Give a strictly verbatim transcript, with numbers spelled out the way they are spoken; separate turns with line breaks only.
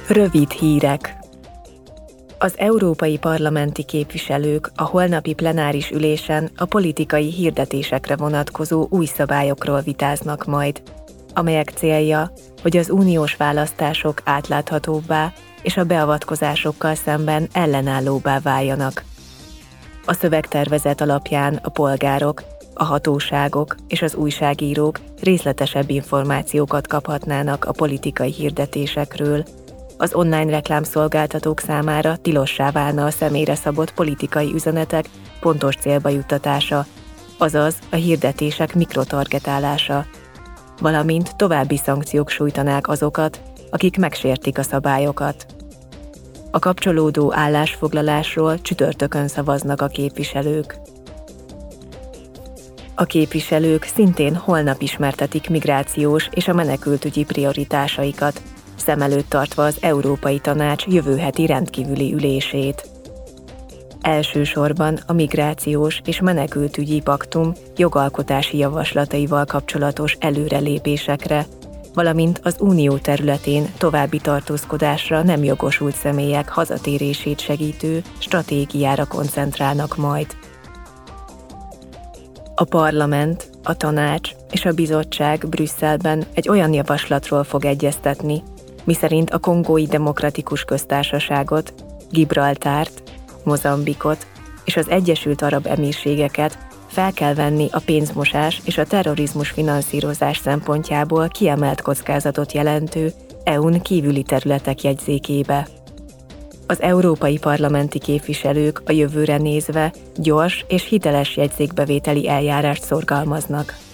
Rövid hírek. Az európai parlamenti képviselők a holnapi plenáris ülésen a politikai hirdetésekre vonatkozó új szabályokról vitáznak majd, amelyek célja, hogy az uniós választások átláthatóbbá és a beavatkozásokkal szemben ellenállóbbá váljanak. A szövegtervezet alapján a polgárok, a hatóságok és az újságírók részletesebb információkat kaphatnának a politikai hirdetésekről. Az online reklámszolgáltatók számára tilossá válna a személyre szabott politikai üzenetek pontos célba juttatása, azaz a hirdetések mikrotargetálása, valamint további szankciók sújtanák azokat, akik megsértik a szabályokat. A kapcsolódó állásfoglalásról csütörtökön szavaznak a képviselők. A képviselők szintén holnap ismertetik migrációs és a menekültügyi prioritásaikat, szem előtt tartva az Európai Tanács jövő heti rendkívüli ülését. Elsősorban a migrációs és menekültügyi paktum jogalkotási javaslataival kapcsolatos előrelépésekre, valamint az unió területén további tartózkodásra nem jogosult személyek hazatérését segítő stratégiára koncentrálnak majd. A parlament, a tanács és a bizottság Brüsszelben egy olyan javaslatról fog egyeztetni, miszerint a Kongói Demokratikus Köztársaságot, Gibraltárt, Mozambikot és az Egyesült Arab Emírségeket fel kell venni a pénzmosás és a terrorizmus finanszírozás szempontjából kiemelt kockázatot jelentő é u-n kívüli területek jegyzékébe. Az európai parlamenti képviselők a jövőre nézve gyors és hiteles jegyzékbevételi eljárást szorgalmaznak.